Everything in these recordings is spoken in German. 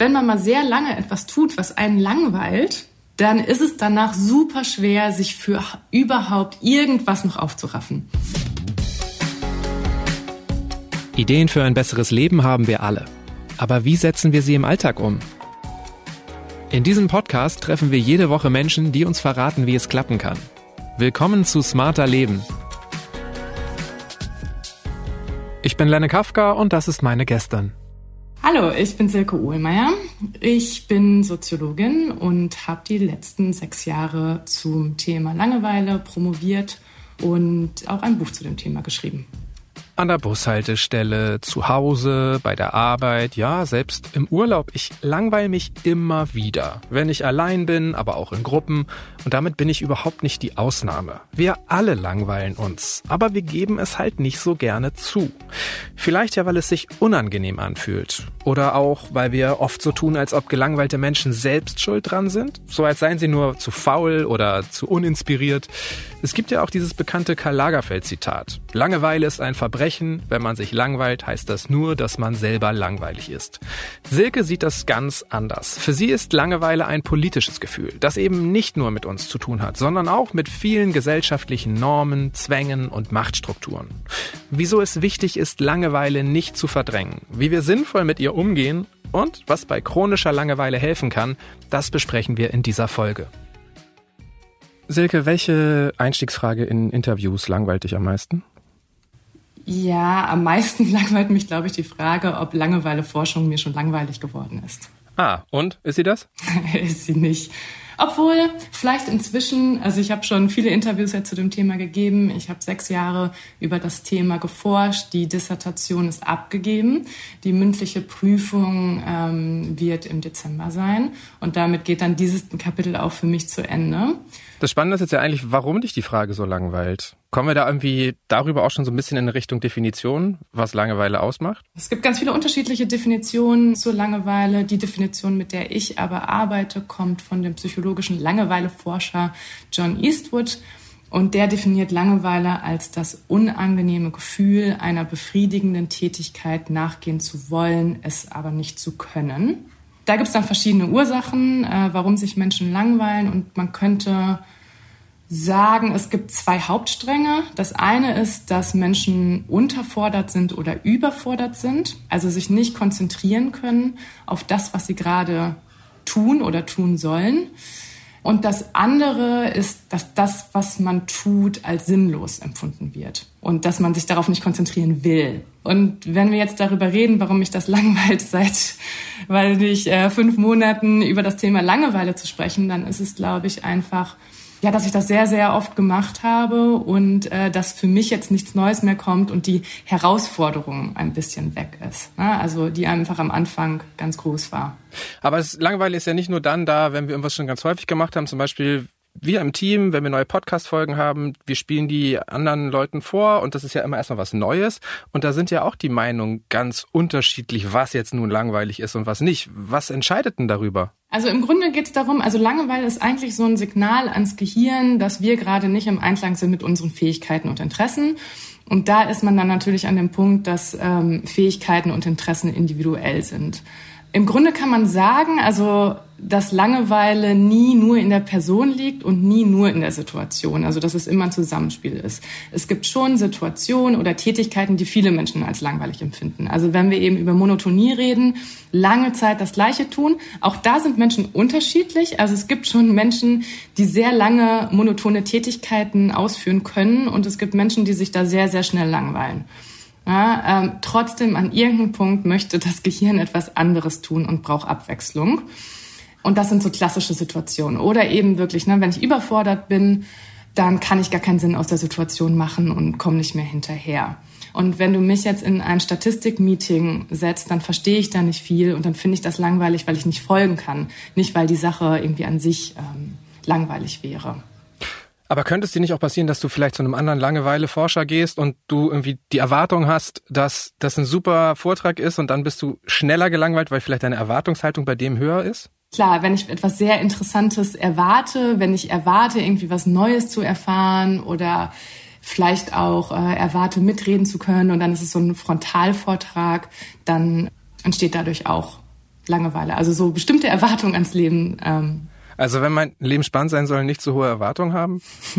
wenn man mal sehr lange etwas tut, was einen langweilt, dann ist es danach super schwer, sich für überhaupt irgendwas noch aufzuraffen. Ideen für ein besseres Leben haben wir alle. Aber wie setzen wir sie im Alltag um? In diesem Podcast treffen wir jede Woche Menschen, die uns verraten, wie es klappen kann. Willkommen zu Smarter Leben. Ich bin Lenne Kafka und das ist meine Gästin. Hallo, ich bin Silke Ohlmeier. Ich bin Soziologin und habe die letzten 6 Jahre zum Thema Langeweile promoviert und auch ein Buch zu dem Thema geschrieben. An der Bushaltestelle, zu Hause, bei der Arbeit, ja, selbst im Urlaub. Ich langweile mich immer wieder. Wenn ich allein bin, aber auch in Gruppen. Und damit bin ich überhaupt nicht die Ausnahme. Wir alle langweilen uns. Aber wir geben es halt nicht so gerne zu. Vielleicht ja, weil es sich unangenehm anfühlt. Oder auch, weil wir oft so tun, als ob gelangweilte Menschen selbst schuld dran sind. So als seien sie nur zu faul oder zu uninspiriert. Es gibt ja auch dieses bekannte Karl Lagerfeld-Zitat. Langeweile ist ein Verbrechen. Wenn man sich langweilt, heißt das nur, dass man selber langweilig ist. Silke sieht das ganz anders. Für sie ist Langeweile ein politisches Gefühl, das eben nicht nur mit uns zu tun hat, sondern auch mit vielen gesellschaftlichen Normen, Zwängen und Machtstrukturen. Wieso es wichtig ist, Langeweile nicht zu verdrängen, wie wir sinnvoll mit ihr umgehen und was bei chronischer Langeweile helfen kann, das besprechen wir in dieser Folge. Silke, welche Einstiegsfrage in Interviews langweilt dich am meisten? Ja, am meisten langweilt mich, glaube ich, die Frage, ob Langeweileforschung mir schon langweilig geworden ist. Ah, und? Ist sie das? Ist sie nicht. Obwohl, vielleicht inzwischen, also ich habe schon viele Interviews jetzt zu dem Thema gegeben. Ich habe 6 Jahre über das Thema geforscht. Die Dissertation ist abgegeben. Die mündliche Prüfung wird im Dezember sein. Und damit geht dann dieses Kapitel auch für mich zu Ende. Das Spannende ist jetzt ja eigentlich, warum dich die Frage so langweilt. Kommen wir da irgendwie darüber auch schon so ein bisschen in Richtung Definition, was Langeweile ausmacht? Es gibt ganz viele unterschiedliche Definitionen zur Langeweile. Die Definition, mit der ich aber arbeite, kommt von dem psychologischen Langeweileforscher John Eastwood. Und der definiert Langeweile als das unangenehme Gefühl, einer befriedigenden Tätigkeit nachgehen zu wollen, es aber nicht zu können. Da gibt es dann verschiedene Ursachen, warum sich Menschen langweilen. Und man könnte sagen, es gibt 2 Hauptstränge. Das eine ist, dass Menschen unterfordert sind oder überfordert sind, also sich nicht konzentrieren können auf das, was sie gerade tun oder tun sollen. Und das andere ist, dass das, was man tut, als sinnlos empfunden wird und dass man sich darauf nicht konzentrieren will. Und wenn wir jetzt darüber reden, warum mich das langweilt, seit 5 Monaten über das Thema Langeweile zu sprechen, dann ist es, glaube ich, einfach, ja, dass ich das sehr, sehr oft gemacht habe und dass für mich jetzt nichts Neues mehr kommt und die Herausforderung ein bisschen weg ist. Ne? Also die einfach am Anfang ganz groß war. Aber Langeweile ist ja nicht nur dann da, wenn wir irgendwas schon ganz häufig gemacht haben, zum Beispiel wir im Team, wenn wir neue Podcast-Folgen haben, wir spielen die anderen Leuten vor und das ist ja immer erstmal was Neues. Und da sind ja auch die Meinungen ganz unterschiedlich, was jetzt nun langweilig ist und was nicht. Was entscheidet denn darüber? Also im Grunde geht es darum, also Langeweile ist eigentlich so ein Signal ans Gehirn, dass wir gerade nicht im Einklang sind mit unseren Fähigkeiten und Interessen. Und da ist man dann natürlich an dem Punkt, dass Fähigkeiten und Interessen individuell sind. Im Grunde kann man sagen, also dass Langeweile nie nur in der Person liegt und nie nur in der Situation, also dass es immer ein Zusammenspiel ist. Es gibt schon Situationen oder Tätigkeiten, die viele Menschen als langweilig empfinden. Also wenn wir eben über Monotonie reden, lange Zeit das Gleiche tun, auch da sind Menschen unterschiedlich. Also es gibt schon Menschen, die sehr lange monotone Tätigkeiten ausführen können und es gibt Menschen, die sich da sehr, sehr schnell langweilen. Ja, trotzdem an irgendeinem Punkt möchte das Gehirn etwas anderes tun und braucht Abwechslung. Und das sind so klassische Situationen. Oder eben wirklich, wenn ich überfordert bin, dann kann ich gar keinen Sinn aus der Situation machen und komme nicht mehr hinterher. Und wenn du mich jetzt in ein Statistikmeeting setzt, dann verstehe ich da nicht viel und dann finde ich das langweilig, weil ich nicht folgen kann. Nicht, weil die Sache irgendwie an sich langweilig wäre. Aber könnte es dir nicht auch passieren, dass du vielleicht zu einem anderen Langeweileforscher gehst und du irgendwie die Erwartung hast, dass das ein super Vortrag ist und dann bist du schneller gelangweilt, weil vielleicht deine Erwartungshaltung bei dem höher ist? Klar, wenn ich etwas sehr Interessantes erwarte, wenn ich erwarte, irgendwie was Neues zu erfahren oder vielleicht auch erwarte, mitreden zu können und dann ist es so ein Frontalvortrag, dann entsteht dadurch auch Langeweile. Also so bestimmte Erwartungen ans Leben. Also wenn mein Leben spannend sein soll, nicht zu hohe Erwartungen haben?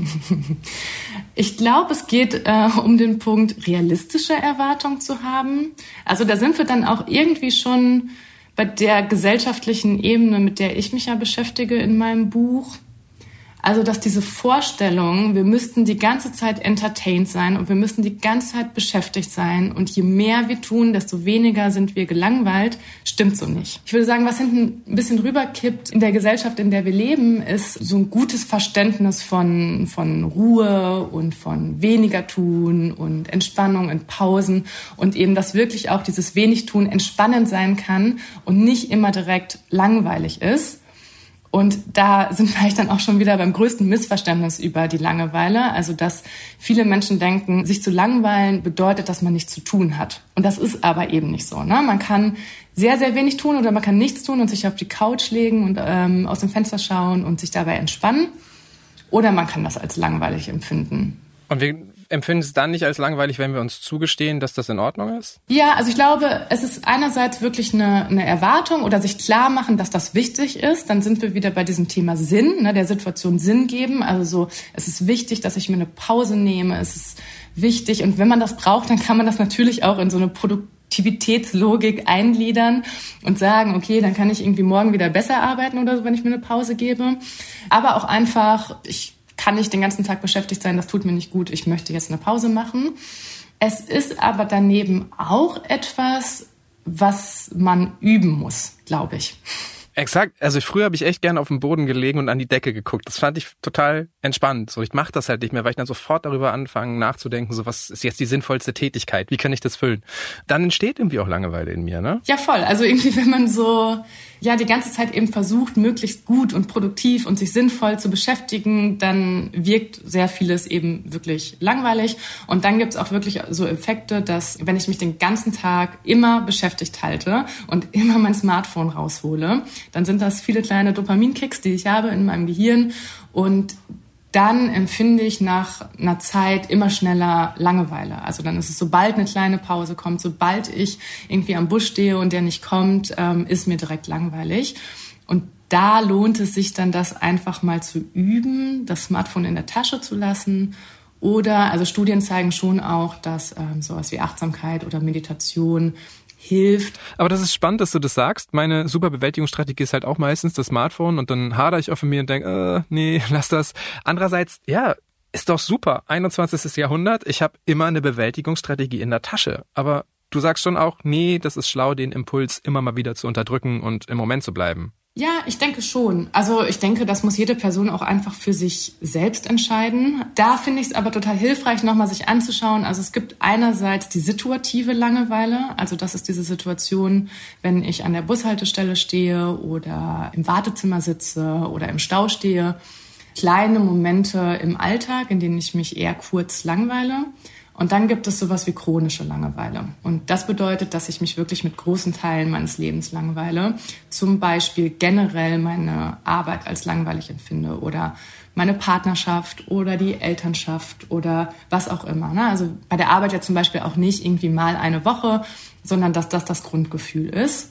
Ich glaube, es geht um den Punkt, realistische Erwartungen zu haben. Also da sind wir dann auch irgendwie schon bei der gesellschaftlichen Ebene, mit der ich mich ja beschäftige in meinem Buch. Also, dass diese Vorstellung, wir müssten die ganze Zeit entertained sein und wir müssten die ganze Zeit beschäftigt sein und je mehr wir tun, desto weniger sind wir gelangweilt, stimmt so nicht. Ich würde sagen, was hinten ein bisschen rüberkippt in der Gesellschaft, in der wir leben, ist so ein gutes Verständnis von Ruhe und von weniger tun und Entspannung und Pausen und eben, dass wirklich auch dieses wenig tun entspannend sein kann und nicht immer direkt langweilig ist. Und da sind wir dann auch schon wieder beim größten Missverständnis über die Langeweile. Also, dass viele Menschen denken, sich zu langweilen bedeutet, dass man nichts zu tun hat. Und das ist aber eben nicht so, ne? Man kann sehr, sehr wenig tun oder man kann nichts tun und sich auf die Couch legen und aus dem Fenster schauen und sich dabei entspannen. Oder man kann das als langweilig empfinden. Und wir empfinden es dann nicht als langweilig, wenn wir uns zugestehen, dass das in Ordnung ist? Ja, also ich glaube, es ist einerseits wirklich eine Erwartung oder sich klar machen, dass das wichtig ist. Dann sind wir wieder bei diesem Thema Sinn, ne, der Situation Sinn geben. Also so, es ist wichtig, dass ich mir eine Pause nehme. Es ist wichtig. Und wenn man das braucht, dann kann man das natürlich auch in so eine Produktivitätslogik eingliedern und sagen, okay, dann kann ich irgendwie morgen wieder besser arbeiten oder so, wenn ich mir eine Pause gebe. Aber auch einfach, ich kann nicht den ganzen Tag beschäftigt sein, das tut mir nicht gut, ich möchte jetzt eine Pause machen. Es ist aber daneben auch etwas, was man üben muss, glaube ich. Exakt. Also früher habe ich echt gerne auf dem Boden gelegen und an die Decke geguckt. Das fand ich total entspannt. So, ich mache das halt nicht mehr, weil ich dann sofort darüber anfange nachzudenken, so was ist jetzt die sinnvollste Tätigkeit? Wie kann ich das füllen? Dann entsteht irgendwie auch Langeweile in mir, ne? Ja, voll. Also irgendwie, wenn man so die ganze Zeit eben versucht, möglichst gut und produktiv und sich sinnvoll zu beschäftigen, dann wirkt sehr vieles eben wirklich langweilig. Und dann gibt's auch wirklich so Effekte, dass wenn ich mich den ganzen Tag immer beschäftigt halte und immer mein Smartphone raushole, dann sind das viele kleine Dopaminkicks, die ich habe in meinem Gehirn. Und dann empfinde ich nach einer Zeit immer schneller Langeweile. Also dann ist es, sobald eine kleine Pause kommt, sobald ich irgendwie am Busch stehe und der nicht kommt, ist mir direkt langweilig. Und da lohnt es sich dann, das einfach mal zu üben, das Smartphone in der Tasche zu lassen. Oder, also Studien zeigen schon auch, dass sowas wie Achtsamkeit oder Meditation hilft. Aber das ist spannend, dass du das sagst. Meine super Bewältigungsstrategie ist halt auch meistens das Smartphone und dann hadere ich auch von mir und denke, nee, lass das. Andererseits, ja, ist doch super. 21. Jahrhundert, ich habe immer eine Bewältigungsstrategie in der Tasche. Aber du sagst schon auch, nee, das ist schlau, den Impuls immer mal wieder zu unterdrücken und im Moment zu bleiben. Ja, ich denke schon. Also ich denke, das muss jede Person auch einfach für sich selbst entscheiden. Da finde ich es aber total hilfreich, nochmal sich anzuschauen. Also es gibt einerseits die situative Langeweile. Also das ist diese Situation, wenn ich an der Bushaltestelle stehe oder im Wartezimmer sitze oder im Stau stehe. Kleine Momente im Alltag, in denen ich mich eher kurz langweile. Und dann gibt es sowas wie chronische Langeweile. Und das bedeutet, dass ich mich wirklich mit großen Teilen meines Lebens langweile. Zum Beispiel generell meine Arbeit als langweilig empfinde oder meine Partnerschaft oder die Elternschaft oder was auch immer. Also bei der Arbeit ja zum Beispiel auch nicht irgendwie mal eine Woche, sondern dass das Grundgefühl ist.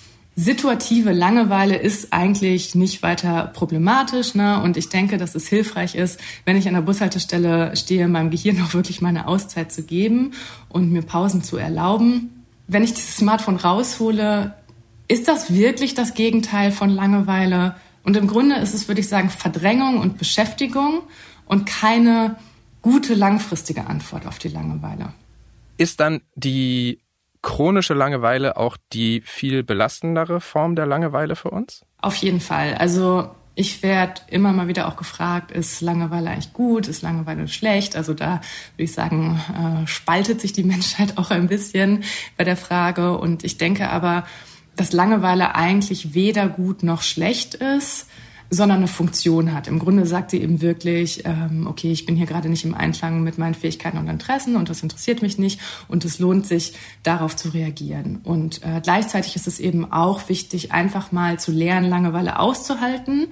Situative Langeweile ist eigentlich nicht weiter problematisch, ne? Und ich denke, dass es hilfreich ist, wenn ich an der Bushaltestelle stehe, meinem Gehirn auch wirklich meine Auszeit zu geben und mir Pausen zu erlauben. Wenn ich dieses Smartphone raushole, ist das wirklich das Gegenteil von Langeweile? Und im Grunde ist es, würde ich sagen, Verdrängung und Beschäftigung und keine gute langfristige Antwort auf die Langeweile. Ist dann die chronische Langeweile auch die viel belastendere Form der Langeweile für uns? Auf jeden Fall. Also ich werde immer mal wieder auch gefragt, ist Langeweile eigentlich gut, ist Langeweile schlecht? Also da würde ich sagen, spaltet sich die Menschheit auch ein bisschen bei der Frage. Und ich denke aber, dass Langeweile eigentlich weder gut noch schlecht ist, sondern eine Funktion hat. Im Grunde sagt sie eben wirklich, okay, ich bin hier gerade nicht im Einklang mit meinen Fähigkeiten und Interessen und das interessiert mich nicht und es lohnt sich, darauf zu reagieren. Und gleichzeitig ist es eben auch wichtig, einfach mal zu lernen, Langeweile auszuhalten,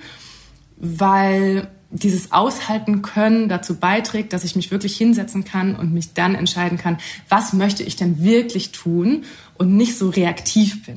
weil dieses Aushalten können dazu beiträgt, dass ich mich wirklich hinsetzen kann und mich dann entscheiden kann, was möchte ich denn wirklich tun und nicht so reaktiv bin.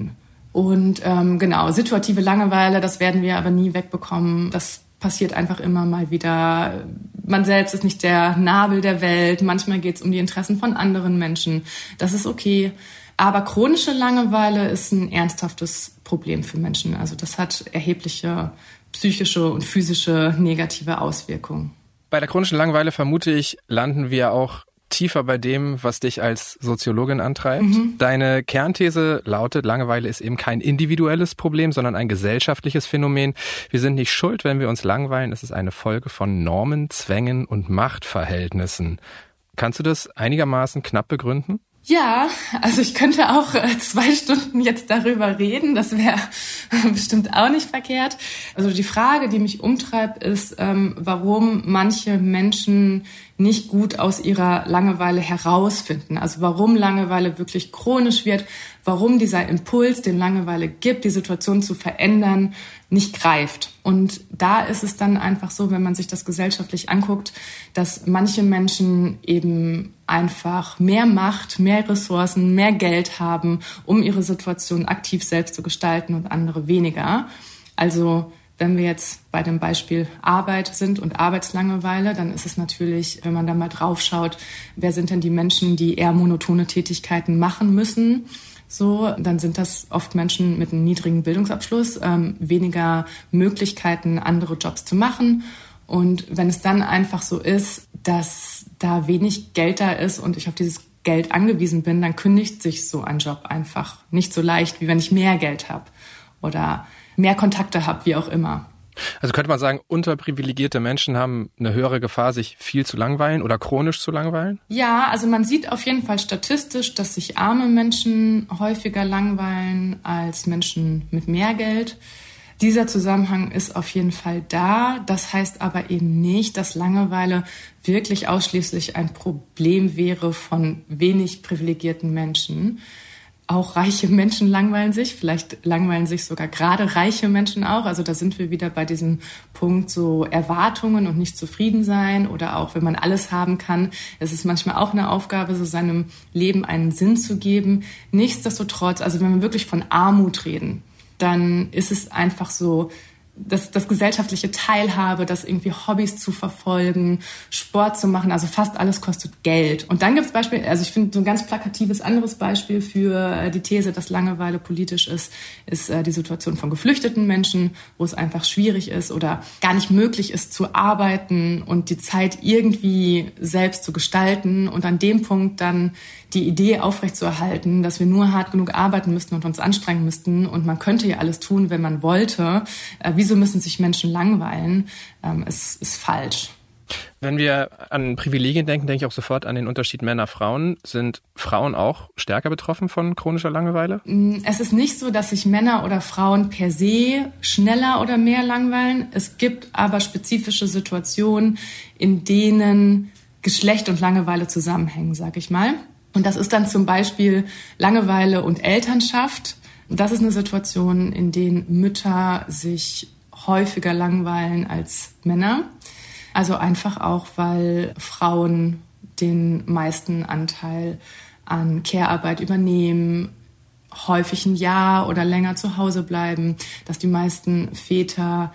Und genau, situative Langeweile, das werden wir aber nie wegbekommen. Das passiert einfach immer mal wieder. Man selbst ist nicht der Nabel der Welt. Manchmal geht es um die Interessen von anderen Menschen. Das ist okay. Aber chronische Langeweile ist ein ernsthaftes Problem für Menschen. Also das hat erhebliche psychische und physische negative Auswirkungen. Bei der chronischen Langeweile, vermute ich, landen wir auch tiefer bei dem, was dich als Soziologin antreibt. Deine Kernthese lautet, Langeweile ist eben kein individuelles Problem, sondern ein gesellschaftliches Phänomen. Wir sind nicht schuld, wenn wir uns langweilen. Es ist eine Folge von Normen, Zwängen und Machtverhältnissen. Kannst du das einigermaßen knapp begründen? Ja, also ich könnte auch 2 Stunden jetzt darüber reden. Das wäre bestimmt auch nicht verkehrt. Also die Frage, die mich umtreibt, ist, warum manche Menschen nicht gut aus ihrer Langeweile herausfinden. Also warum Langeweile wirklich chronisch wird, warum dieser Impuls, den Langeweile gibt, die Situation zu verändern, nicht greift. Und da ist es dann einfach so, wenn man sich das gesellschaftlich anguckt, dass manche Menschen eben einfach mehr Macht, mehr Ressourcen, mehr Geld haben, um ihre Situation aktiv selbst zu gestalten und andere weniger. Also wenn wir jetzt bei dem Beispiel Arbeit sind und Arbeitslangeweile, dann ist es natürlich, wenn man da mal drauf schaut, wer sind denn die Menschen, die eher monotone Tätigkeiten machen müssen? So, dann sind das oft Menschen mit einem niedrigen Bildungsabschluss, weniger Möglichkeiten, andere Jobs zu machen. Und wenn es dann einfach so ist, dass da wenig Geld da ist und ich auf dieses Geld angewiesen bin, dann kündigt sich so ein Job einfach nicht so leicht, wie wenn ich mehr Geld habe oder mehr Kontakte habe, wie auch immer. Also könnte man sagen, unterprivilegierte Menschen haben eine höhere Gefahr, sich viel zu langweilen oder chronisch zu langweilen? Ja, also man sieht auf jeden Fall statistisch, dass sich arme Menschen häufiger langweilen als Menschen mit mehr Geld. Dieser Zusammenhang ist auf jeden Fall da. Das heißt aber eben nicht, dass Langeweile wirklich ausschließlich ein Problem wäre von wenig privilegierten Menschen. Auch reiche Menschen langweilen sich, vielleicht langweilen sich sogar gerade reiche Menschen auch. Also da sind wir wieder bei diesem Punkt so Erwartungen und nicht zufrieden sein oder auch, wenn man alles haben kann. Es ist manchmal auch eine Aufgabe, so seinem Leben einen Sinn zu geben. Nichtsdestotrotz, also wenn wir wirklich von Armut reden, dann ist es einfach so, dass das gesellschaftliche Teilhabe, das irgendwie Hobbys zu verfolgen, Sport zu machen, also fast alles kostet Geld. Und dann gibt es Beispiele, also ich finde so ein ganz plakatives anderes Beispiel für die These, dass Langeweile politisch ist die Situation von geflüchteten Menschen, wo es einfach schwierig ist oder gar nicht möglich ist zu arbeiten und die Zeit irgendwie selbst zu gestalten und an dem Punkt dann die Idee aufrechtzuerhalten, dass wir nur hart genug arbeiten müssten und uns anstrengen müssten und man könnte ja alles tun, wenn man wollte. Wieso müssen sich Menschen langweilen? Es ist falsch. Wenn wir an Privilegien denken, denke ich auch sofort an den Unterschied Männer-Frauen. Sind Frauen auch stärker betroffen von chronischer Langeweile? Es ist nicht so, dass sich Männer oder Frauen per se schneller oder mehr langweilen. Es gibt aber spezifische Situationen, in denen Geschlecht und Langeweile zusammenhängen, sage ich mal. Und das ist dann zum Beispiel Langeweile und Elternschaft. Das ist eine Situation, in der Mütter sich häufiger langweilen als Männer. Also einfach auch, weil Frauen den meisten Anteil an Care-Arbeit übernehmen, häufig ein Jahr oder länger zu Hause bleiben, dass die meisten Väter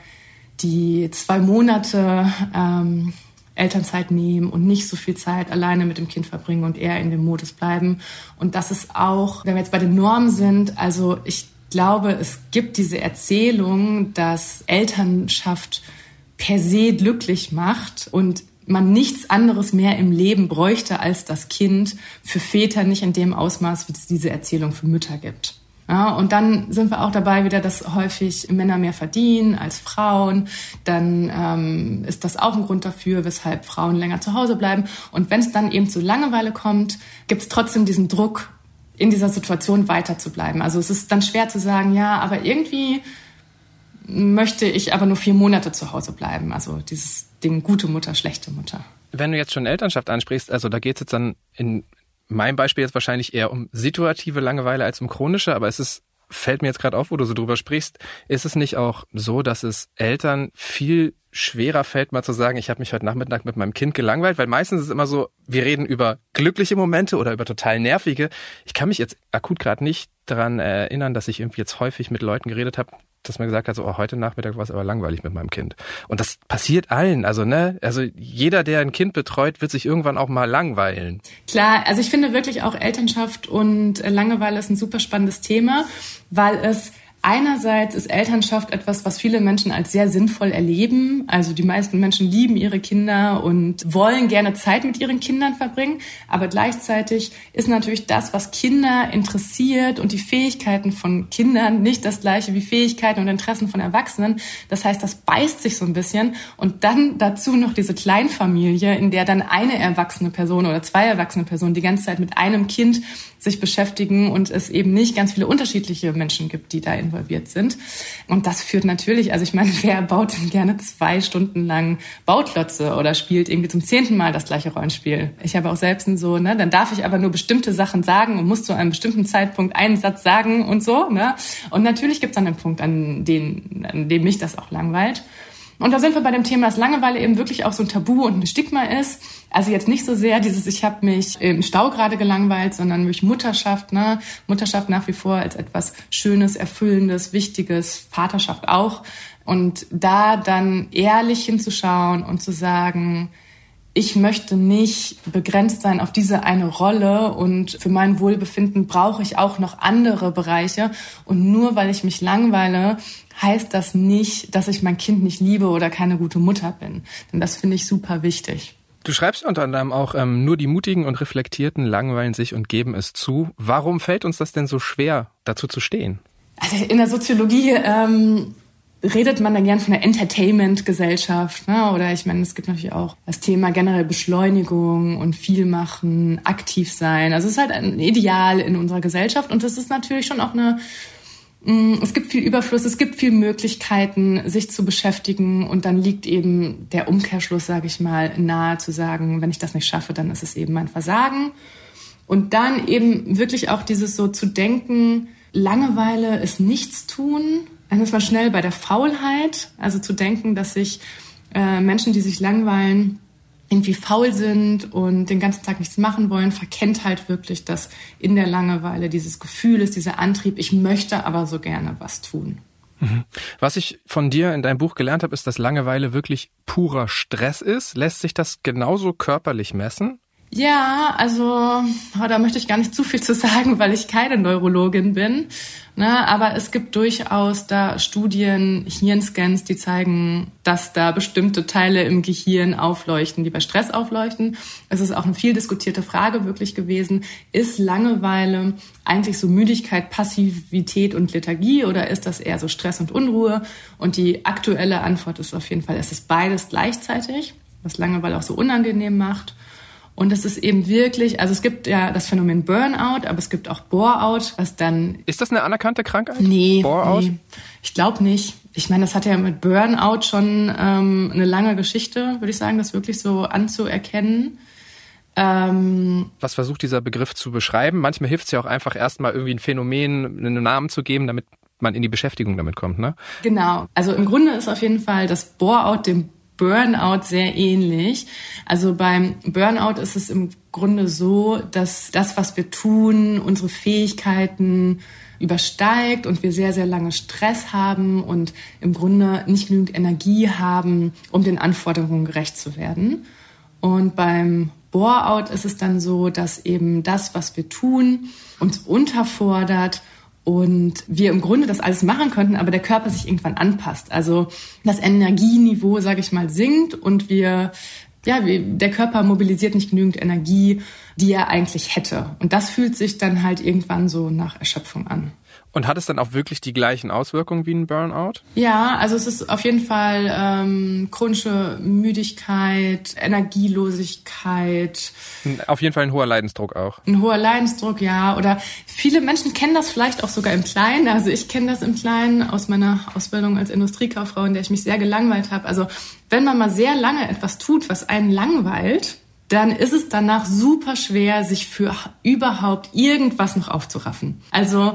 die 2 Monate Elternzeit nehmen und nicht so viel Zeit alleine mit dem Kind verbringen und eher in dem Modus bleiben. Und das ist auch, wenn wir jetzt bei den Normen sind, also ich glaube, es gibt diese Erzählung, dass Elternschaft per se glücklich macht und man nichts anderes mehr im Leben bräuchte als das Kind, für Väter nicht in dem Ausmaß, wie es diese Erzählung für Mütter gibt. Ja, und dann sind wir auch dabei wieder, dass häufig Männer mehr verdienen als Frauen. Dann ist das auch ein Grund dafür, weshalb Frauen länger zu Hause bleiben. Und wenn es dann eben zu Langeweile kommt, gibt es trotzdem diesen Druck, in dieser Situation weiter zu bleiben. Also es ist dann schwer zu sagen, ja, aber irgendwie möchte ich aber nur 4 Monate zu Hause bleiben. Also dieses Ding, gute Mutter, schlechte Mutter. Wenn du jetzt schon Elternschaft ansprichst, also da geht es jetzt dann in meinem Beispiel jetzt wahrscheinlich eher um situative Langeweile als um chronische, aber es ist fällt mir jetzt gerade auf, wo du so drüber sprichst, ist es nicht auch so, dass es Eltern viel schwerer fällt, mal zu sagen, ich habe mich heute Nachmittag mit meinem Kind gelangweilt, weil meistens ist es immer so, wir reden über glückliche Momente oder über total nervige. Ich kann mich jetzt akut gerade nicht daran erinnern, dass ich irgendwie jetzt häufig mit Leuten geredet habe, dass man gesagt hat, so, oh, heute Nachmittag war es aber langweilig mit meinem Kind. Und das passiert allen. Also jeder, der ein Kind betreut, wird sich irgendwann auch mal langweilen. Klar, also ich finde wirklich auch Elternschaft und Langeweile ist ein super spannendes Thema, weil es einerseits ist Elternschaft etwas, was viele Menschen als sehr sinnvoll erleben. Also die meisten Menschen lieben ihre Kinder und wollen gerne Zeit mit ihren Kindern verbringen. Aber gleichzeitig ist natürlich das, was Kinder interessiert und die Fähigkeiten von Kindern nicht das gleiche wie Fähigkeiten und Interessen von Erwachsenen. Das heißt, das beißt sich so ein bisschen. Und dann dazu noch diese Kleinfamilie, in der dann eine erwachsene Person oder zwei erwachsene Personen die ganze Zeit mit einem Kind sich beschäftigen und es eben nicht ganz viele unterschiedliche Menschen gibt, die da involviert sind. Und das führt natürlich, also ich meine, wer baut denn gerne 2 Stunden lang Bauklötze oder spielt irgendwie zum 10. Mal das gleiche Rollenspiel? Ich habe auch selbst so, dann darf ich aber nur bestimmte Sachen sagen und muss zu einem bestimmten Zeitpunkt einen Satz sagen und so, Und natürlich gibt es dann einen Punkt, an dem mich das auch langweilt. Und da sind wir bei dem Thema, dass Langeweile eben wirklich auch so ein Tabu und ein Stigma ist. Also jetzt nicht so sehr dieses, ich habe mich im Stau gerade gelangweilt, sondern durch Mutterschaft. Mutterschaft nach wie vor als etwas Schönes, Erfüllendes, Wichtiges, Vaterschaft auch. Und da dann ehrlich hinzuschauen und zu sagen, ich möchte nicht begrenzt sein auf diese eine Rolle und für mein Wohlbefinden brauche ich auch noch andere Bereiche. Und nur weil ich mich langweile, heißt das nicht, dass ich mein Kind nicht liebe oder keine gute Mutter bin. Denn das finde ich super wichtig. Du schreibst unter anderem auch, nur die Mutigen und Reflektierten langweilen sich und geben es zu. Warum fällt uns das denn so schwer, dazu zu stehen? Also in der Soziologie redet man dann gern von der Entertainment-Gesellschaft, Oder ich meine, es gibt natürlich auch das Thema generell Beschleunigung und viel machen, aktiv sein. Also es ist halt ein Ideal in unserer Gesellschaft und das ist natürlich schon auch es gibt viel Überfluss, es gibt viel Möglichkeiten, sich zu beschäftigen und dann liegt eben der Umkehrschluss, sage ich mal, nahe zu sagen, wenn ich das nicht schaffe, dann ist es eben mein Versagen. Und dann eben wirklich auch dieses so zu denken, Langeweile ist Nichtstun. Dann ist man schnell bei der Faulheit, also zu denken, dass sich Menschen, die sich langweilen, irgendwie faul sind und den ganzen Tag nichts machen wollen, verkennt halt wirklich, dass in der Langeweile dieses Gefühl ist, dieser Antrieb, ich möchte aber so gerne was tun. Was ich von dir in deinem Buch gelernt habe, ist, dass Langeweile wirklich purer Stress ist. Lässt sich das genauso körperlich messen? Ja, also da möchte ich gar nicht zu viel zu sagen, weil ich keine Neurologin bin. Aber es gibt durchaus da Studien, Hirnscans, die zeigen, dass da bestimmte Teile im Gehirn aufleuchten, die bei Stress aufleuchten. Es ist auch eine viel diskutierte Frage wirklich gewesen. Ist Langeweile eigentlich so Müdigkeit, Passivität und Lethargie oder ist das eher so Stress und Unruhe? Und die aktuelle Antwort ist auf jeden Fall, es ist beides gleichzeitig, was Langeweile auch so unangenehm macht. Und es ist eben wirklich, also es gibt ja das Phänomen Burnout, aber es gibt auch Bore-out, was dann... Ist das eine anerkannte Krankheit? Nee, Bore-out? Nee, ich glaube nicht. Ich meine, das hat ja mit Burnout schon eine lange Geschichte, würde ich sagen, das wirklich so anzuerkennen. Was versucht dieser Begriff zu beschreiben? Manchmal hilft es ja auch einfach erstmal irgendwie ein Phänomen, einen Namen zu geben, damit man in die Beschäftigung damit kommt, ne? Genau. Also im Grunde ist auf jeden Fall das Bore-out dem Burnout sehr ähnlich. Also beim Burnout ist es im Grunde so, dass das, was wir tun, unsere Fähigkeiten übersteigt und wir sehr, sehr lange Stress haben und im Grunde nicht genügend Energie haben, um den Anforderungen gerecht zu werden. Und beim Bore-out ist es dann so, dass eben das, was wir tun, uns unterfordert und wir im Grunde das alles machen könnten, aber der Körper sich irgendwann anpasst. Also das Energieniveau, sage ich mal, sinkt und der Körper mobilisiert nicht genügend Energie, die er eigentlich hätte. Und das fühlt sich dann halt irgendwann so nach Erschöpfung an. Und hat es dann auch wirklich die gleichen Auswirkungen wie ein Burnout? Ja, also es ist auf jeden Fall chronische Müdigkeit, Energielosigkeit. Auf jeden Fall ein hoher Leidensdruck auch. Ein hoher Leidensdruck, ja. Oder viele Menschen kennen das vielleicht auch sogar im Kleinen. Also ich kenne das im Kleinen aus meiner Ausbildung als Industriekauffrau, in der ich mich sehr gelangweilt habe. Also wenn man mal sehr lange etwas tut, was einen langweilt, dann ist es danach super schwer, sich für überhaupt irgendwas noch aufzuraffen. Also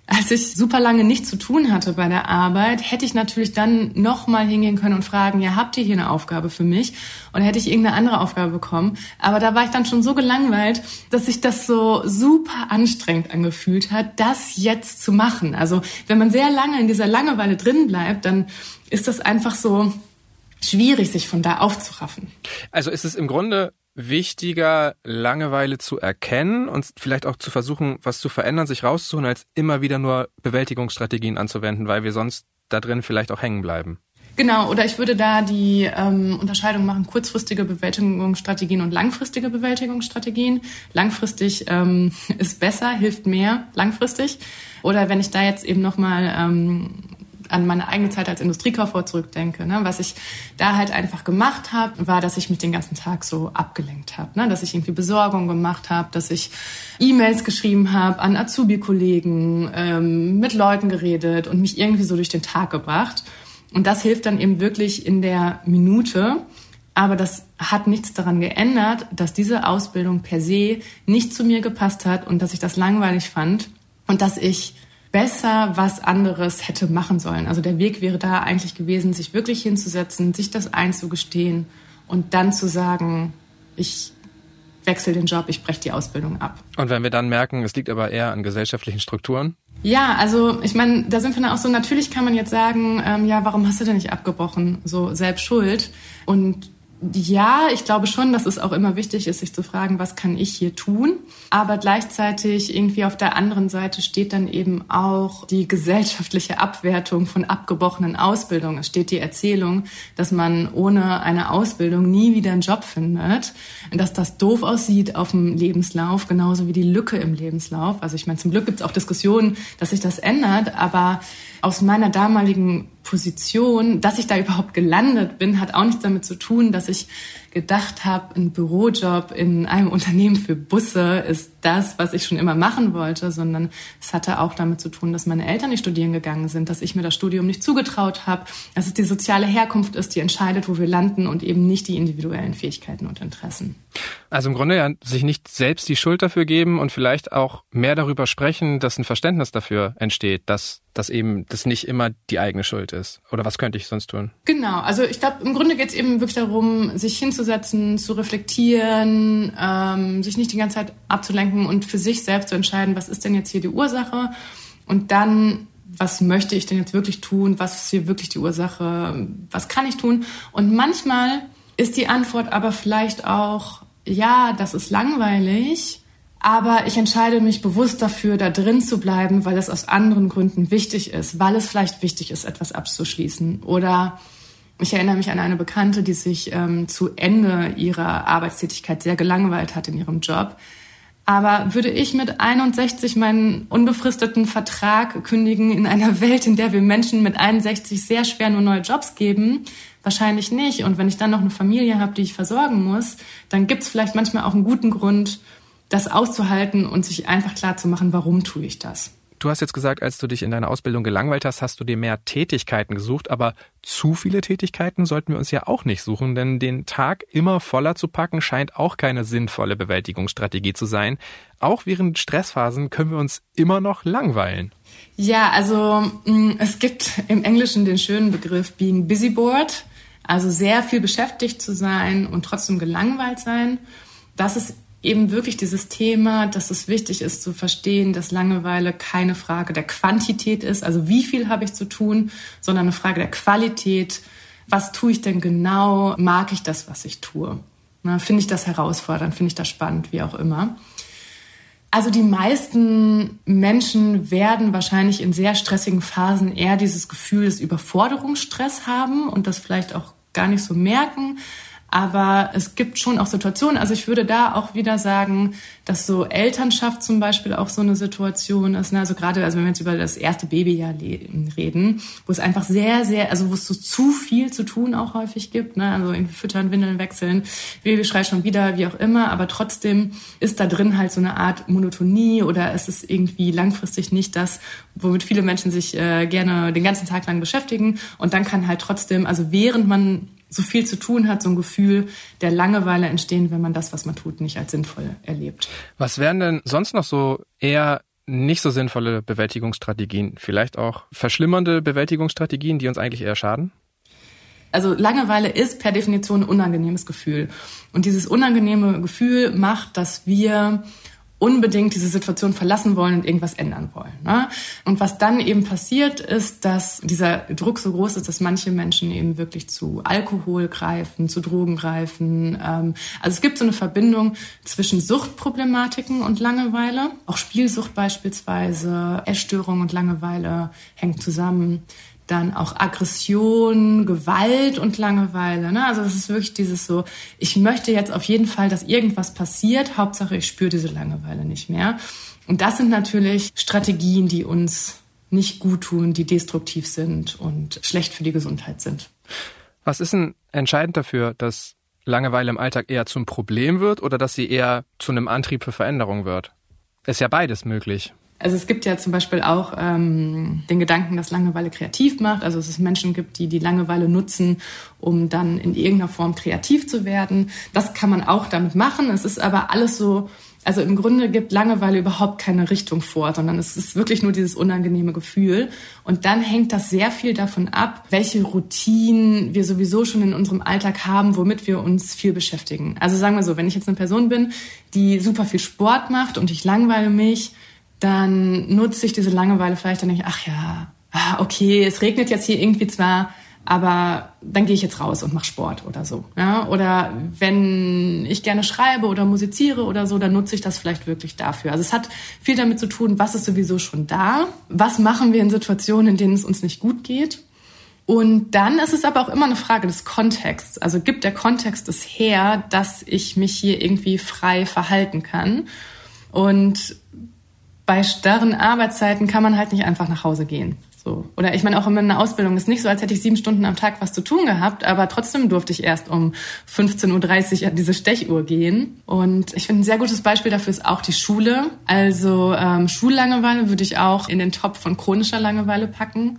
als ich super lange nichts zu tun hatte bei der Arbeit, hätte ich natürlich dann nochmal hingehen können und fragen, ja, habt ihr hier eine Aufgabe für mich? Oder hätte ich irgendeine andere Aufgabe bekommen? Aber da war ich dann schon so gelangweilt, dass sich das so super anstrengend angefühlt hat, das jetzt zu machen. Also wenn man sehr lange in dieser Langeweile drin bleibt, dann ist das einfach so schwierig, sich von da aufzuraffen. Also ist es im Grunde wichtiger, Langeweile zu erkennen und vielleicht auch zu versuchen, was zu verändern, sich rauszuholen, als immer wieder nur Bewältigungsstrategien anzuwenden, weil wir sonst da drin vielleicht auch hängen bleiben. Genau, oder ich würde da die Unterscheidung machen, kurzfristige Bewältigungsstrategien und langfristige Bewältigungsstrategien. Langfristig ist besser, hilft mehr langfristig. Oder wenn ich da jetzt eben nochmal an meine eigene Zeit als Industriekauffrau zurückdenke, ne, was ich da halt einfach gemacht habe, war, dass ich mich den ganzen Tag so abgelenkt habe, ne, dass ich irgendwie Besorgung gemacht habe, dass ich E-Mails geschrieben habe an Azubi-Kollegen, mit Leuten geredet und mich irgendwie so durch den Tag gebracht. Und das hilft dann eben wirklich in der Minute. Aber das hat nichts daran geändert, dass diese Ausbildung per se nicht zu mir gepasst hat und dass ich das langweilig fand und dass ich besser was anderes hätte machen sollen. Also der Weg wäre da eigentlich gewesen, sich wirklich hinzusetzen, sich das einzugestehen und dann zu sagen, ich wechsle den Job, ich breche die Ausbildung ab. Und wenn wir dann merken, es liegt aber eher an gesellschaftlichen Strukturen? Ja, also ich meine, da sind wir dann auch so, natürlich kann man jetzt sagen, ja, warum hast du denn nicht abgebrochen? So selbst schuld. Und ja, ich glaube schon, dass es auch immer wichtig ist, sich zu fragen, was kann ich hier tun? Aber gleichzeitig irgendwie auf der anderen Seite steht dann eben auch die gesellschaftliche Abwertung von abgebrochenen Ausbildungen. Es steht die Erzählung, dass man ohne eine Ausbildung nie wieder einen Job findet, dass das doof aussieht auf dem Lebenslauf, genauso wie die Lücke im Lebenslauf. Also ich meine, zum Glück gibt es auch Diskussionen, dass sich das ändert, aber aus meiner damaligen Position, dass ich da überhaupt gelandet bin, hat auch nichts damit zu tun, dass ich gedacht habe, ein Bürojob in einem Unternehmen für Busse ist das, was ich schon immer machen wollte, sondern es hatte auch damit zu tun, dass meine Eltern nicht studieren gegangen sind, dass ich mir das Studium nicht zugetraut habe, dass es die soziale Herkunft ist, die entscheidet, wo wir landen und eben nicht die individuellen Fähigkeiten und Interessen. Also im Grunde ja sich nicht selbst die Schuld dafür geben und vielleicht auch mehr darüber sprechen, dass ein Verständnis dafür entsteht, dass eben das nicht immer die eigene Schuld ist. Oder was könnte ich sonst tun? Genau, also ich glaube, im Grunde geht es eben wirklich darum, sich hinzusetzen, zu reflektieren, sich nicht die ganze Zeit abzulenken und für sich selbst zu entscheiden, was ist denn jetzt hier die Ursache und dann, was möchte ich denn jetzt wirklich tun, was ist hier wirklich die Ursache, was kann ich tun? Und manchmal ist die Antwort aber vielleicht auch, ja, das ist langweilig, aber ich entscheide mich bewusst dafür, da drin zu bleiben, weil es aus anderen Gründen wichtig ist, weil es vielleicht wichtig ist, etwas abzuschließen. Oder ich erinnere mich an eine Bekannte, die sich zu Ende ihrer Arbeitstätigkeit sehr gelangweilt hat in ihrem Job. Aber würde ich mit 61 meinen unbefristeten Vertrag kündigen in einer Welt, in der wir Menschen mit 61 sehr schwer nur neue Jobs geben? Wahrscheinlich nicht. Und wenn ich dann noch eine Familie habe, die ich versorgen muss, dann gibt es vielleicht manchmal auch einen guten Grund, das auszuhalten und sich einfach klar zu machen, warum tue ich das. Du hast jetzt gesagt, als du dich in deiner Ausbildung gelangweilt hast, hast du dir mehr Tätigkeiten gesucht, aber zu viele Tätigkeiten sollten wir uns ja auch nicht suchen, denn den Tag immer voller zu packen scheint auch keine sinnvolle Bewältigungsstrategie zu sein. Auch während Stressphasen können wir uns immer noch langweilen. Ja, also es gibt im Englischen den schönen Begriff being busy bored, also sehr viel beschäftigt zu sein und trotzdem gelangweilt sein. Das ist eben wirklich dieses Thema, dass es wichtig ist zu verstehen, dass Langeweile keine Frage der Quantität ist, also wie viel habe ich zu tun, sondern eine Frage der Qualität. Was tue ich denn genau? Mag ich das, was ich tue? Finde ich das herausfordernd? Finde ich das spannend? Wie auch immer. Also die meisten Menschen werden wahrscheinlich in sehr stressigen Phasen eher dieses Gefühl des Überforderungsstress haben und das vielleicht auch gar nicht so merken. Aber es gibt schon auch Situationen, also ich würde da auch wieder sagen, dass so Elternschaft zum Beispiel auch so eine Situation ist. Also gerade, also wenn wir jetzt über das erste Babyjahr reden, wo es einfach sehr, sehr, also wo es so zu viel zu tun auch häufig gibt, ne? Also irgendwie füttern, Windeln wechseln, Babyschrei schon wieder, wie auch immer. Aber trotzdem ist da drin halt so eine Art Monotonie oder es ist irgendwie langfristig nicht das, womit viele Menschen sich gerne den ganzen Tag lang beschäftigen. Und dann kann halt trotzdem, also während man so viel zu tun hat, so ein Gefühl der Langeweile entstehen, wenn man das, was man tut, nicht als sinnvoll erlebt. Was wären denn sonst noch so eher nicht so sinnvolle Bewältigungsstrategien, vielleicht auch verschlimmernde Bewältigungsstrategien, die uns eigentlich eher schaden? Also Langeweile ist per Definition ein unangenehmes Gefühl. Und dieses unangenehme Gefühl macht, dass wir unbedingt diese Situation verlassen wollen und irgendwas ändern wollen. Ne? Und was dann eben passiert ist, dass dieser Druck so groß ist, dass manche Menschen eben wirklich zu Alkohol greifen, zu Drogen greifen. Also es gibt so eine Verbindung zwischen Suchtproblematiken und Langeweile. Auch Spielsucht beispielsweise, Essstörung und Langeweile hängt zusammen. Dann auch Aggression, Gewalt und Langeweile. Ne? Also das ist wirklich dieses so, ich möchte jetzt auf jeden Fall, dass irgendwas passiert. Hauptsache, ich spüre diese Langeweile nicht mehr. Und das sind natürlich Strategien, die uns nicht gut tun, die destruktiv sind und schlecht für die Gesundheit sind. Was ist denn entscheidend dafür, dass Langeweile im Alltag eher zum Problem wird oder dass sie eher zu einem Antrieb für Veränderung wird? Ist ja beides möglich. Also es gibt ja zum Beispiel auch den Gedanken, dass Langeweile kreativ macht. Also dass es Menschen gibt, die die Langeweile nutzen, um dann in irgendeiner Form kreativ zu werden. Das kann man auch damit machen. Es ist aber alles so, also im Grunde gibt Langeweile überhaupt keine Richtung vor, sondern es ist wirklich nur dieses unangenehme Gefühl. Und dann hängt das sehr viel davon ab, welche Routinen wir sowieso schon in unserem Alltag haben, womit wir uns viel beschäftigen. Also sagen wir so, wenn ich jetzt eine Person bin, die super viel Sport macht und ich langweile mich, dann nutze ich diese Langeweile vielleicht, dann denke ich, ach ja, okay, es regnet jetzt hier irgendwie zwar, aber dann gehe ich jetzt raus und mache Sport oder so. Ja? Oder wenn ich gerne schreibe oder musiziere oder so, dann nutze ich das vielleicht wirklich dafür. Also es hat viel damit zu tun, was ist sowieso schon da, was machen wir in Situationen, in denen es uns nicht gut geht. Und dann ist es aber auch immer eine Frage des Kontexts. Also gibt der Kontext es her, dass ich mich hier irgendwie frei verhalten kann. Und bei starren Arbeitszeiten kann man halt nicht einfach nach Hause gehen. So. Oder ich meine, auch in einer Ausbildung ist nicht so, als hätte ich 7 Stunden am Tag was zu tun gehabt, aber trotzdem durfte ich erst um 15.30 Uhr an diese Stechuhr gehen. Und ich finde, ein sehr gutes Beispiel dafür ist auch die Schule. Also Schullangeweile würde ich auch in den Topf von chronischer Langeweile packen.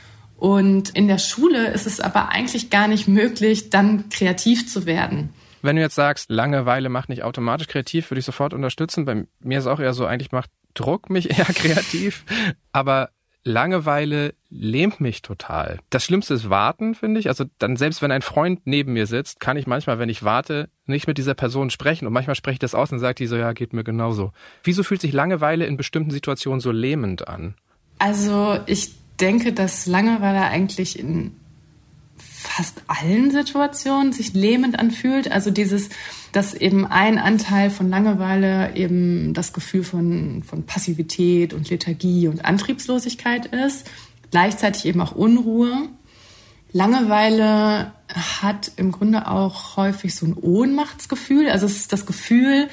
Und in der Schule ist es aber eigentlich gar nicht möglich, dann kreativ zu werden. Wenn du jetzt sagst, Langeweile macht nicht automatisch kreativ, würde ich sofort unterstützen. Bei mir ist es auch eher so, eigentlich macht Druck mich eher kreativ, aber Langeweile lähmt mich total. Das Schlimmste ist Warten, finde ich. Also dann selbst wenn ein Freund neben mir sitzt, kann ich manchmal, wenn ich warte, nicht mit dieser Person sprechen. Und manchmal spreche ich das aus und sagt die so, ja, geht mir genauso. Wieso fühlt sich Langeweile in bestimmten Situationen so lähmend an? Also ich denke, dass Langeweile eigentlich in fast allen Situationen sich lähmend anfühlt. Also dass eben ein Anteil von Langeweile eben das Gefühl von Passivität und Lethargie und Antriebslosigkeit ist. Gleichzeitig eben auch Unruhe. Langeweile hat im Grunde auch häufig so ein Ohnmachtsgefühl. Also es ist das Gefühl,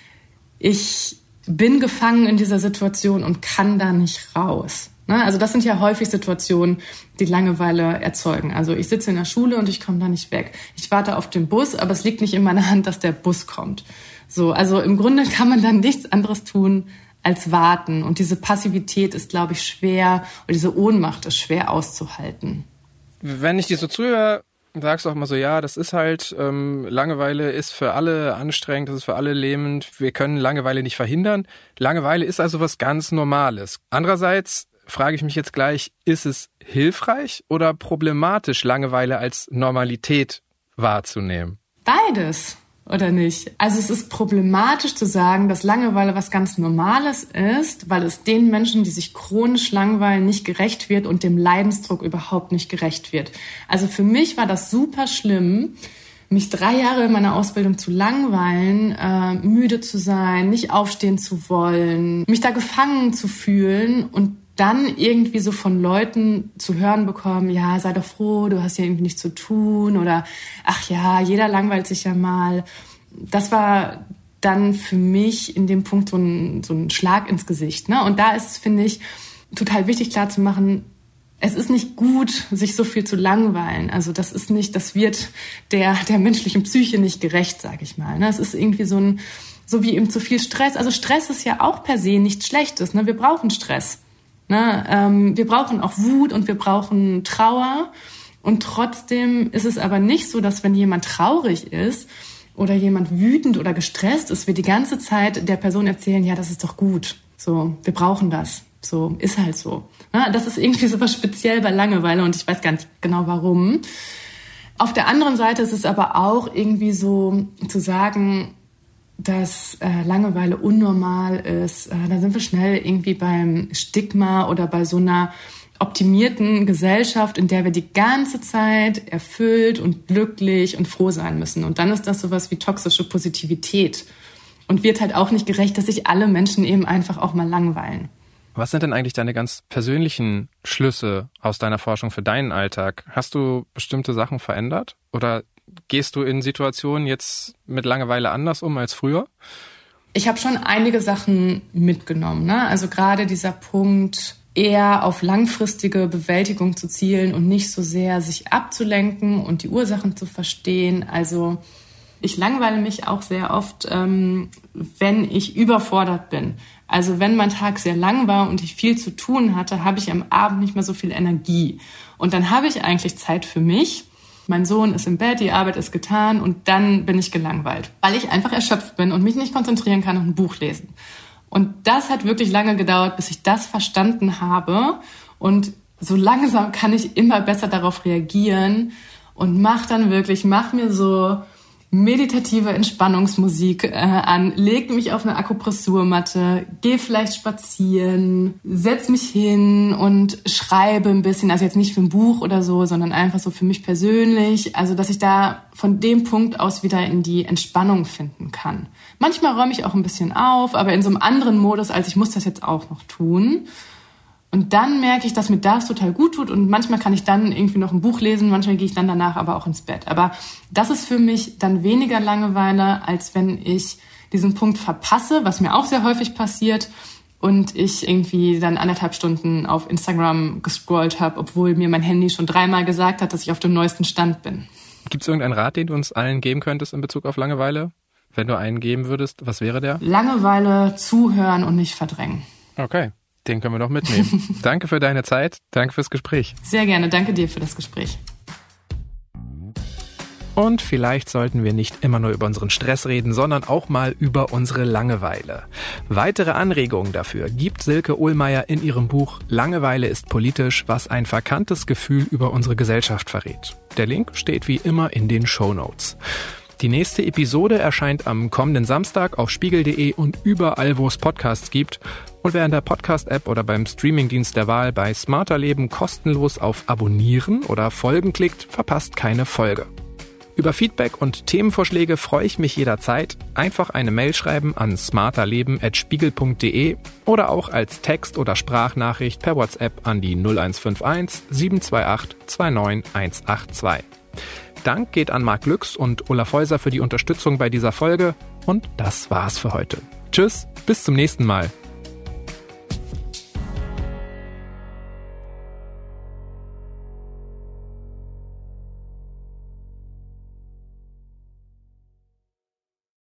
ich bin gefangen in dieser Situation und kann da nicht raus. Also das sind ja häufig Situationen, die Langeweile erzeugen. Also ich sitze in der Schule und ich komme da nicht weg. Ich warte auf den Bus, aber es liegt nicht in meiner Hand, dass der Bus kommt. So, also im Grunde kann man dann nichts anderes tun als warten. Und diese Passivität ist, glaube ich, schwer, oder diese Ohnmacht ist schwer auszuhalten. Wenn ich dir so zuhöre, sagst du auch immer so, ja, das ist halt, Langeweile ist für alle anstrengend, das ist für alle lähmend. Wir können Langeweile nicht verhindern. Langeweile ist also was ganz Normales. Andererseits frage ich mich jetzt gleich, ist es hilfreich oder problematisch, Langeweile als Normalität wahrzunehmen? Beides, oder nicht? Also es ist problematisch zu sagen, dass Langeweile was ganz Normales ist, weil es den Menschen, die sich chronisch langweilen, nicht gerecht wird und dem Leidensdruck überhaupt nicht gerecht wird. Also für mich war das super schlimm, mich 3 Jahre in meiner Ausbildung zu langweilen, müde zu sein, nicht aufstehen zu wollen, mich da gefangen zu fühlen und dann irgendwie so von Leuten zu hören bekommen, ja, sei doch froh, du hast ja irgendwie nichts zu tun oder ach ja, jeder langweilt sich ja mal. Das war dann für mich in dem Punkt so ein Schlag ins Gesicht. Ne? Und da ist es, finde ich, total wichtig klarzumachen, es ist nicht gut, sich so viel zu langweilen. Also das wird der menschlichen Psyche nicht gerecht, sage ich mal. Ne? Es ist irgendwie so wie eben zu viel Stress. Also Stress ist ja auch per se nichts Schlechtes. Ne? Wir brauchen Stress. Ne? Wir brauchen auch Wut und wir brauchen Trauer. Und trotzdem ist es aber nicht so, dass wenn jemand traurig ist oder jemand wütend oder gestresst ist, wir die ganze Zeit der Person erzählen, ja, das ist doch gut. So, wir brauchen das. So, ist halt so. Ja, das ist irgendwie so was speziell bei Langeweile und ich weiß gar nicht genau warum. Auf der anderen Seite ist es aber auch irgendwie so zu sagen, dass Langeweile unnormal ist. Da sind wir schnell irgendwie beim Stigma oder bei so einer optimierten Gesellschaft, in der wir die ganze Zeit erfüllt und glücklich und froh sein müssen. Und dann ist das sowas wie toxische Positivität. Und wird halt auch nicht gerecht, dass sich alle Menschen eben einfach auch mal langweilen. Was sind denn eigentlich deine ganz persönlichen Schlüsse aus deiner Forschung für deinen Alltag? Hast du bestimmte Sachen verändert? Oder gehst du in Situationen jetzt mit Langeweile anders um als früher? Ich habe schon einige Sachen mitgenommen, ne? Also gerade dieser Punkt, eher auf langfristige Bewältigung zu zielen und nicht so sehr sich abzulenken und die Ursachen zu verstehen. Also ich langweile mich auch sehr oft, wenn ich überfordert bin. Also wenn mein Tag sehr lang war und ich viel zu tun hatte, habe ich am Abend nicht mehr so viel Energie. Und dann habe ich eigentlich Zeit für mich. Mein Sohn ist im Bett, die Arbeit ist getan und dann bin ich gelangweilt, weil ich einfach erschöpft bin und mich nicht konzentrieren kann und ein Buch lesen. Und das hat wirklich lange gedauert, bis ich das verstanden habe. Und so langsam kann ich immer besser darauf reagieren und mach mir so meditative Entspannungsmusik an, leg mich auf eine Akupressurmatte, geh vielleicht spazieren, setz mich hin und schreibe ein bisschen, also jetzt nicht für ein Buch oder so, sondern einfach so für mich persönlich, also dass ich da von dem Punkt aus wieder in die Entspannung finden kann. Manchmal räume ich auch ein bisschen auf, aber in so einem anderen Modus, als ich muss das jetzt auch noch tun. Und dann merke ich, dass mir das total gut tut und manchmal kann ich dann irgendwie noch ein Buch lesen, manchmal gehe ich dann danach aber auch ins Bett. Aber das ist für mich dann weniger Langeweile, als wenn ich diesen Punkt verpasse, was mir auch sehr häufig passiert und ich irgendwie dann 1,5 Stunden auf Instagram gescrollt habe, obwohl mir mein Handy schon 3-mal gesagt hat, dass ich auf dem neuesten Stand bin. Gibt es irgendeinen Rat, den du uns allen geben könntest in Bezug auf Langeweile? Wenn du einen geben würdest, was wäre der? Langeweile zuhören und nicht verdrängen. Okay. Den können wir doch mitnehmen. Danke für deine Zeit, danke fürs Gespräch. Sehr gerne, danke dir für das Gespräch. Und vielleicht sollten wir nicht immer nur über unseren Stress reden, sondern auch mal über unsere Langeweile. Weitere Anregungen dafür gibt Silke Ohlmeier in ihrem Buch Langeweile ist politisch, was ein verkanntes Gefühl über unsere Gesellschaft verrät. Der Link steht wie immer in den Shownotes. Die nächste Episode erscheint am kommenden Samstag auf spiegel.de und überall, wo es Podcasts gibt. Und wer in der Podcast-App oder beim Streamingdienst der Wahl bei Smarter Leben kostenlos auf Abonnieren oder Folgen klickt, verpasst keine Folge. Über Feedback und Themenvorschläge freue ich mich jederzeit. Einfach eine Mail schreiben an smarterleben@spiegel.de oder auch als Text- oder Sprachnachricht per WhatsApp an die 0151 728 29182. Dank geht an Marc Lüx und Olaf Häuser für die Unterstützung bei dieser Folge. Und das war's für heute. Tschüss, bis zum nächsten Mal.